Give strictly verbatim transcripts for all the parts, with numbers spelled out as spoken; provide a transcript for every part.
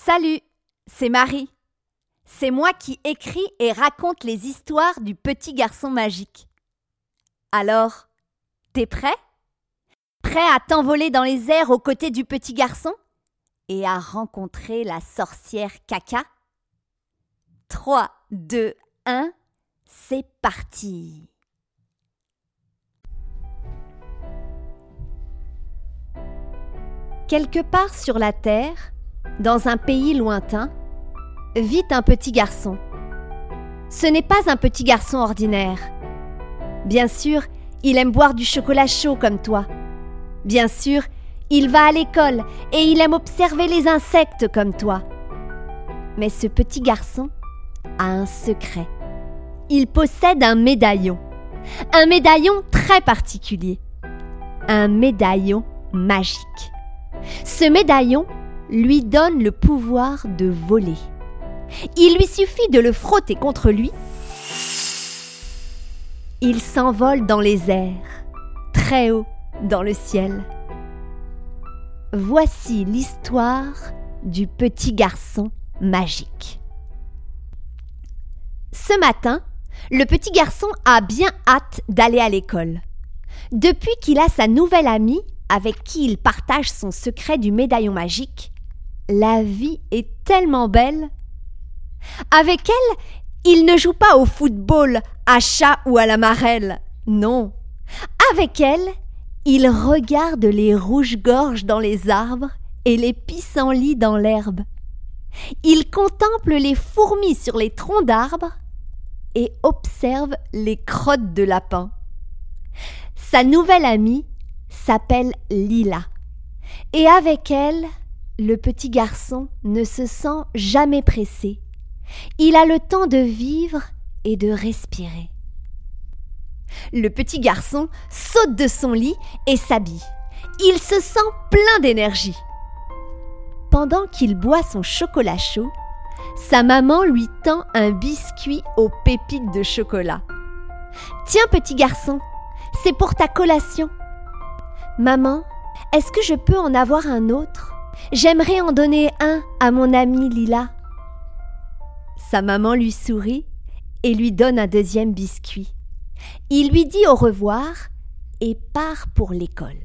Salut, c'est Marie. C'est moi qui écris et raconte les histoires du petit garçon magique. Alors, t'es prêt? Prêt à t'envoler dans les airs aux côtés du petit garçon et à rencontrer la sorcière Caca? trois, deux, un, c'est parti! Quelque part sur la terre, dans un pays lointain, vit un petit garçon. Ce n'est pas un petit garçon ordinaire. Bien sûr, il aime boire du chocolat chaud comme toi. Bien sûr, il va à l'école et il aime observer les insectes comme toi. Mais ce petit garçon a un secret. Il possède un médaillon. Un médaillon très particulier. Un médaillon magique. Ce médaillon lui donne le pouvoir de voler. Il lui suffit de le frotter contre lui. Il s'envole dans les airs, très haut dans le ciel. Voici l'histoire du petit garçon magique. Ce matin, le petit garçon a bien hâte d'aller à l'école. Depuis qu'il a sa nouvelle amie, avec qui il partage son secret du médaillon magique, la vie est tellement belle. Avec elle, il ne joue pas au football, à chat ou à la marelle. Non. Avec elle, il regarde les rouges-gorges dans les arbres et les pissenlits dans l'herbe. Il contemple les fourmis sur les troncs d'arbres et observe les crottes de lapin. Sa nouvelle amie s'appelle Lila. Et avec elle, le petit garçon ne se sent jamais pressé. Il a le temps de vivre et de respirer. Le petit garçon saute de son lit et s'habille. Il se sent plein d'énergie. Pendant qu'il boit son chocolat chaud, sa maman lui tend un biscuit aux pépites de chocolat. « Tiens, petit garçon, c'est pour ta collation. »« Maman, est-ce que je peux en avoir un autre ? J'aimerais en donner un à mon amie Lila. » Sa maman lui sourit et lui donne un deuxième biscuit. Il lui dit au revoir et part pour l'école.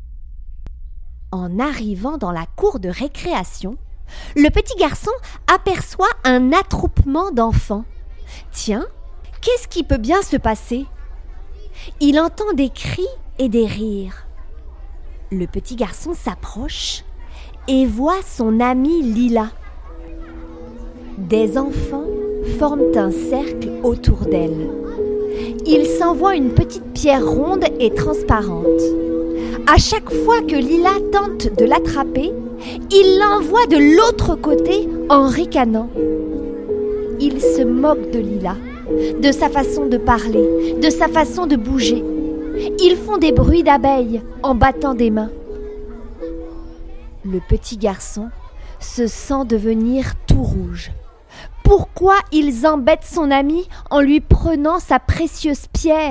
En arrivant dans la cour de récréation, le petit garçon aperçoit un attroupement d'enfants. Tiens, qu'est-ce qui peut bien se passer ? Il entend des cris et des rires. Le petit garçon s'approche et voit son amie Lila. Des enfants forment un cercle autour d'elle. Ils s'envoient une petite pierre ronde et transparente. À chaque fois que Lila tente de l'attraper, il l'envoie de l'autre côté en ricanant. Il se moque de Lila, de sa façon de parler, de sa façon de bouger. Ils font des bruits d'abeilles en battant des mains. Le petit garçon se sent devenir tout rouge. Pourquoi ils embêtent son ami en lui prenant sa précieuse pierre ?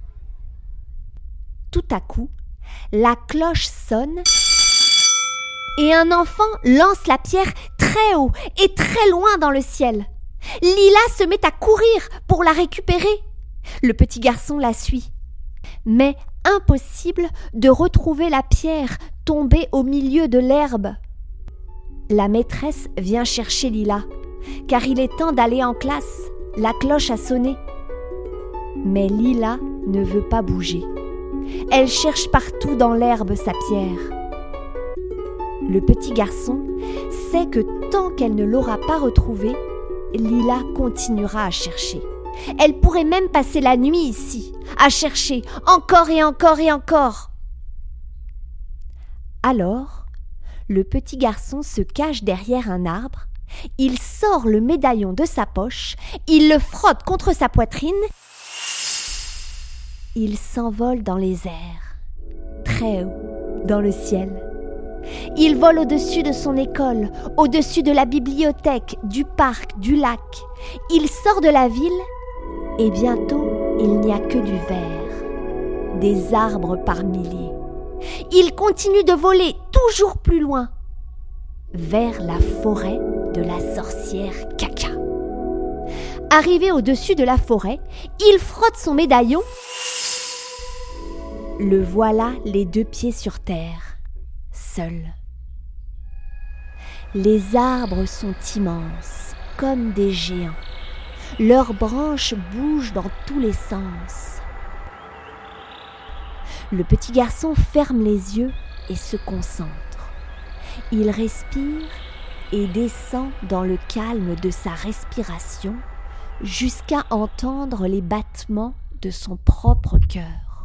Tout à coup, la cloche sonne et un enfant lance la pierre très haut et très loin dans le ciel. Lila se met à courir pour la récupérer. Le petit garçon la suit. Mais impossible de retrouver la pierre tombée au milieu de l'herbe. La maîtresse vient chercher Lila, car il est temps d'aller en classe. La cloche a sonné. Mais Lila ne veut pas bouger. Elle cherche partout dans l'herbe sa pierre. Le petit garçon sait que tant qu'elle ne l'aura pas retrouvée, Lila continuera à chercher. Elle pourrait même passer la nuit ici, à chercher encore et encore et encore. Alors, le petit garçon se cache derrière un arbre. Il sort le médaillon de sa poche, il le frotte contre sa poitrine. Il s'envole dans les airs, très haut, dans le ciel. Il vole au-dessus de son école, au-dessus de la bibliothèque, du parc, du lac. Il sort de la ville et bientôt il n'y a que du vert, des arbres par milliers. Il continue de voler toujours plus loin. vers la forêt de la sorcière Caca. Arrivé au-dessus de la forêt, il frotte son médaillon. Le voilà les deux pieds sur terre, seul. Les arbres sont immenses, comme des géants. Leurs branches bougent dans tous les sens. Le petit garçon ferme les yeux et se concentre. Il respire et descend dans le calme de sa respiration jusqu'à entendre les battements de son propre cœur.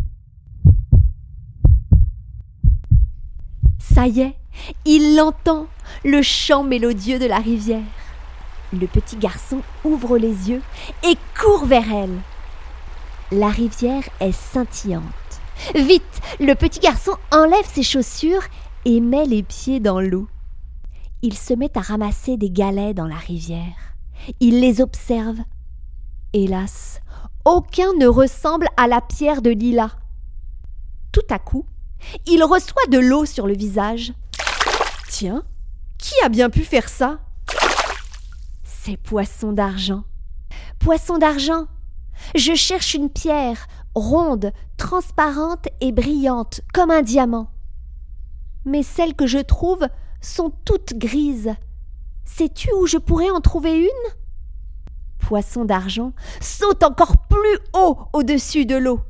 Ça y est, il l'entend, le chant mélodieux de la rivière. Le petit garçon ouvre les yeux et court vers elle. La rivière est scintillante. Vite, le petit garçon enlève ses chaussures et met les pieds dans l'eau. Il se met à ramasser des galets dans la rivière. Il les observe. Hélas, aucun ne ressemble à la pierre de lilas. Tout à coup, il reçoit de l'eau sur le visage. Tiens, qui a bien pu faire ça ? C'est Poisson d'argent. Poisson d'argent, je cherche une pierre ronde, transparente et brillante comme un diamant. Mais celles que je trouve sont toutes grises. Sais-tu où je pourrais en trouver une ? Poisson d'argent saute encore plus haut au-dessus de l'eau.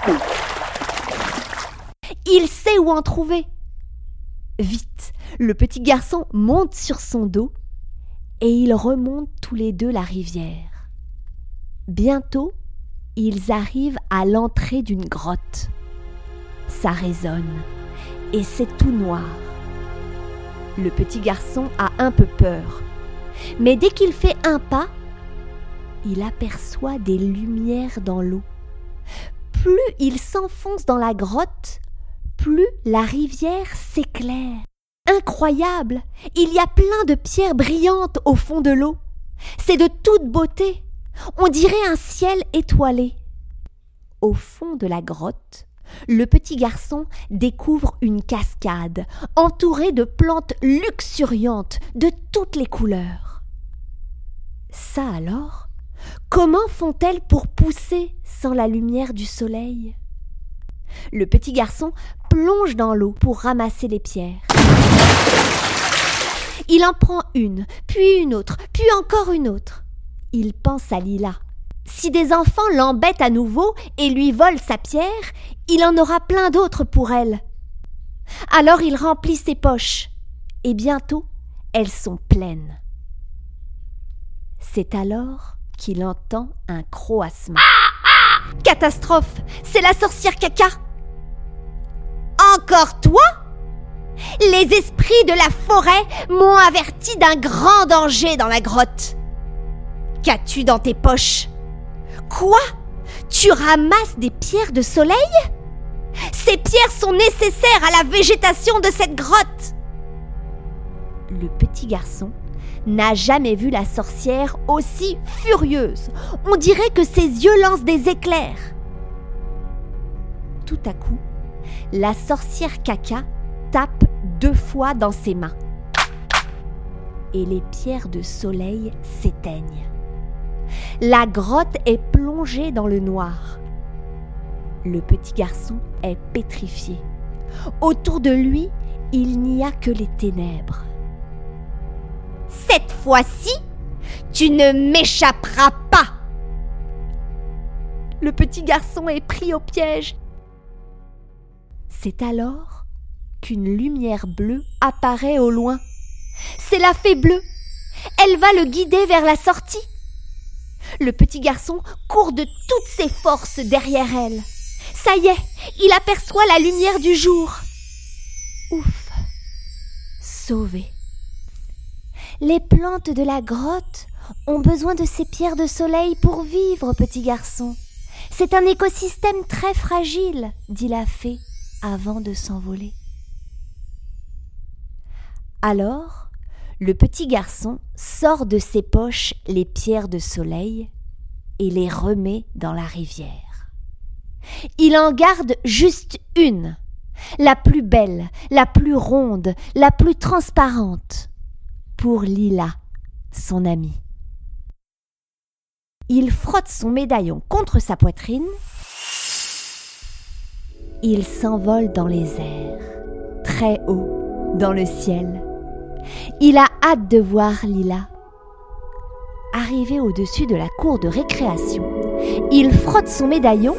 Il sait où en trouver. Vite, le petit garçon monte sur son dos et ils remontent tous les deux la rivière. Bientôt, ils arrivent à l'entrée d'une grotte. Ça résonne et c'est tout noir. Le petit garçon a un peu peur, mais dès qu'il fait un pas, il aperçoit des lumières dans l'eau. Plus il s'enfonce dans la grotte, plus la rivière s'éclaire. Incroyable! Il y a plein de pierres brillantes au fond de l'eau. C'est de toute beauté. On dirait un ciel étoilé. Au fond de la grotte, le petit garçon découvre une cascade entourée de plantes luxuriantes de toutes les couleurs. Ça alors, comment font-elles pour pousser sans la lumière du soleil ? Le petit garçon plonge dans l'eau pour ramasser les pierres. Il en prend une, puis une autre, puis encore une autre. Il pense à Lila. Si des enfants l'embêtent à nouveau et lui volent sa pierre, il en aura plein d'autres pour elle. Alors il remplit ses poches, et bientôt elles sont pleines. C'est alors qu'il entend un croassement. Catastrophe! C'est la sorcière Caca! Encore toi? Les esprits de la forêt m'ont averti d'un grand danger dans la grotte. Qu'as-tu dans tes poches? Quoi? Tu ramasses des pierres de soleil? Ces pierres sont nécessaires à la végétation de cette grotte. Le petit garçon n'a jamais vu la sorcière aussi furieuse. On dirait que ses yeux lancent des éclairs. Tout à coup, la sorcière Caca tape deux fois dans ses mains. Et les pierres de soleil s'éteignent. La grotte est plongée dans le noir. Le petit garçon est pétrifié. Autour de lui, il n'y a que les ténèbres. Cette fois-ci, tu ne m'échapperas pas! Le petit garçon est pris au piège. C'est alors qu'une lumière bleue apparaît au loin. C'est la fée bleue. Elle va le guider vers la sortie. Le petit garçon court de toutes ses forces derrière elle. Ça y est, il aperçoit la lumière du jour. Ouf, sauvé. Les plantes de la grotte ont besoin de ces pierres de soleil pour vivre, petit garçon. C'est un écosystème très fragile, dit la fée avant de s'envoler. Alors, le petit garçon sort de ses poches les pierres de soleil et les remet dans la rivière. Il en garde juste une, la plus belle, la plus ronde, la plus transparente, pour Lila, son amie. Il frotte son médaillon contre sa poitrine. Il s'envole dans les airs, très haut, dans le ciel. Il a hâte de voir Lila. Arrivé au-dessus de la cour de récréation, il frotte son médaillon.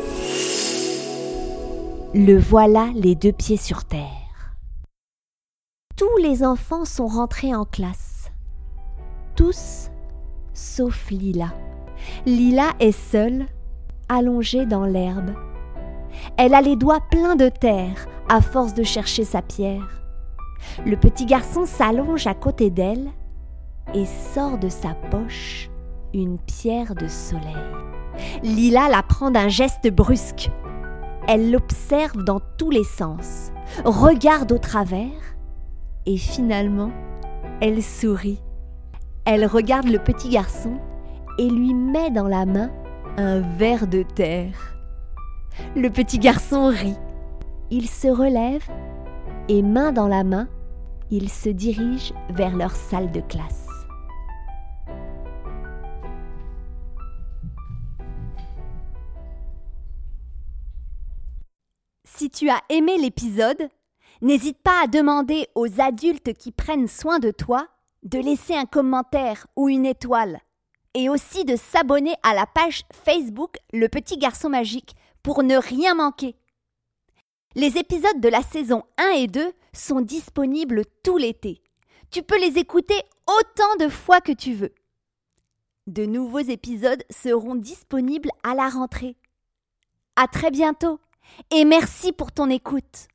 Le voilà les deux pieds sur terre. Tous les enfants sont rentrés en classe. Tous, sauf Lila. Lila est seule, allongée dans l'herbe. Elle a les doigts pleins de terre à force de chercher sa pierre. Le petit garçon s'allonge à côté d'elle et sort de sa poche une pierre de soleil. Lila la prend d'un geste brusque. Elle l'observe dans tous les sens, regarde au travers et finalement, elle sourit. Elle regarde le petit garçon et lui met dans la main un ver de terre. Le petit garçon rit. Il se relève et, main dans la main, ils se dirigent vers leur salle de classe. Si tu as aimé l'épisode, n'hésite pas à demander aux adultes qui prennent soin de toi de laisser un commentaire ou une étoile et aussi de s'abonner à la page Facebook Le Petit Garçon Magique pour ne rien manquer. Les épisodes de la saison un et deux sont disponibles tout l'été. Tu peux les écouter autant de fois que tu veux. De nouveaux épisodes seront disponibles à la rentrée. À très bientôt et merci pour ton écoute.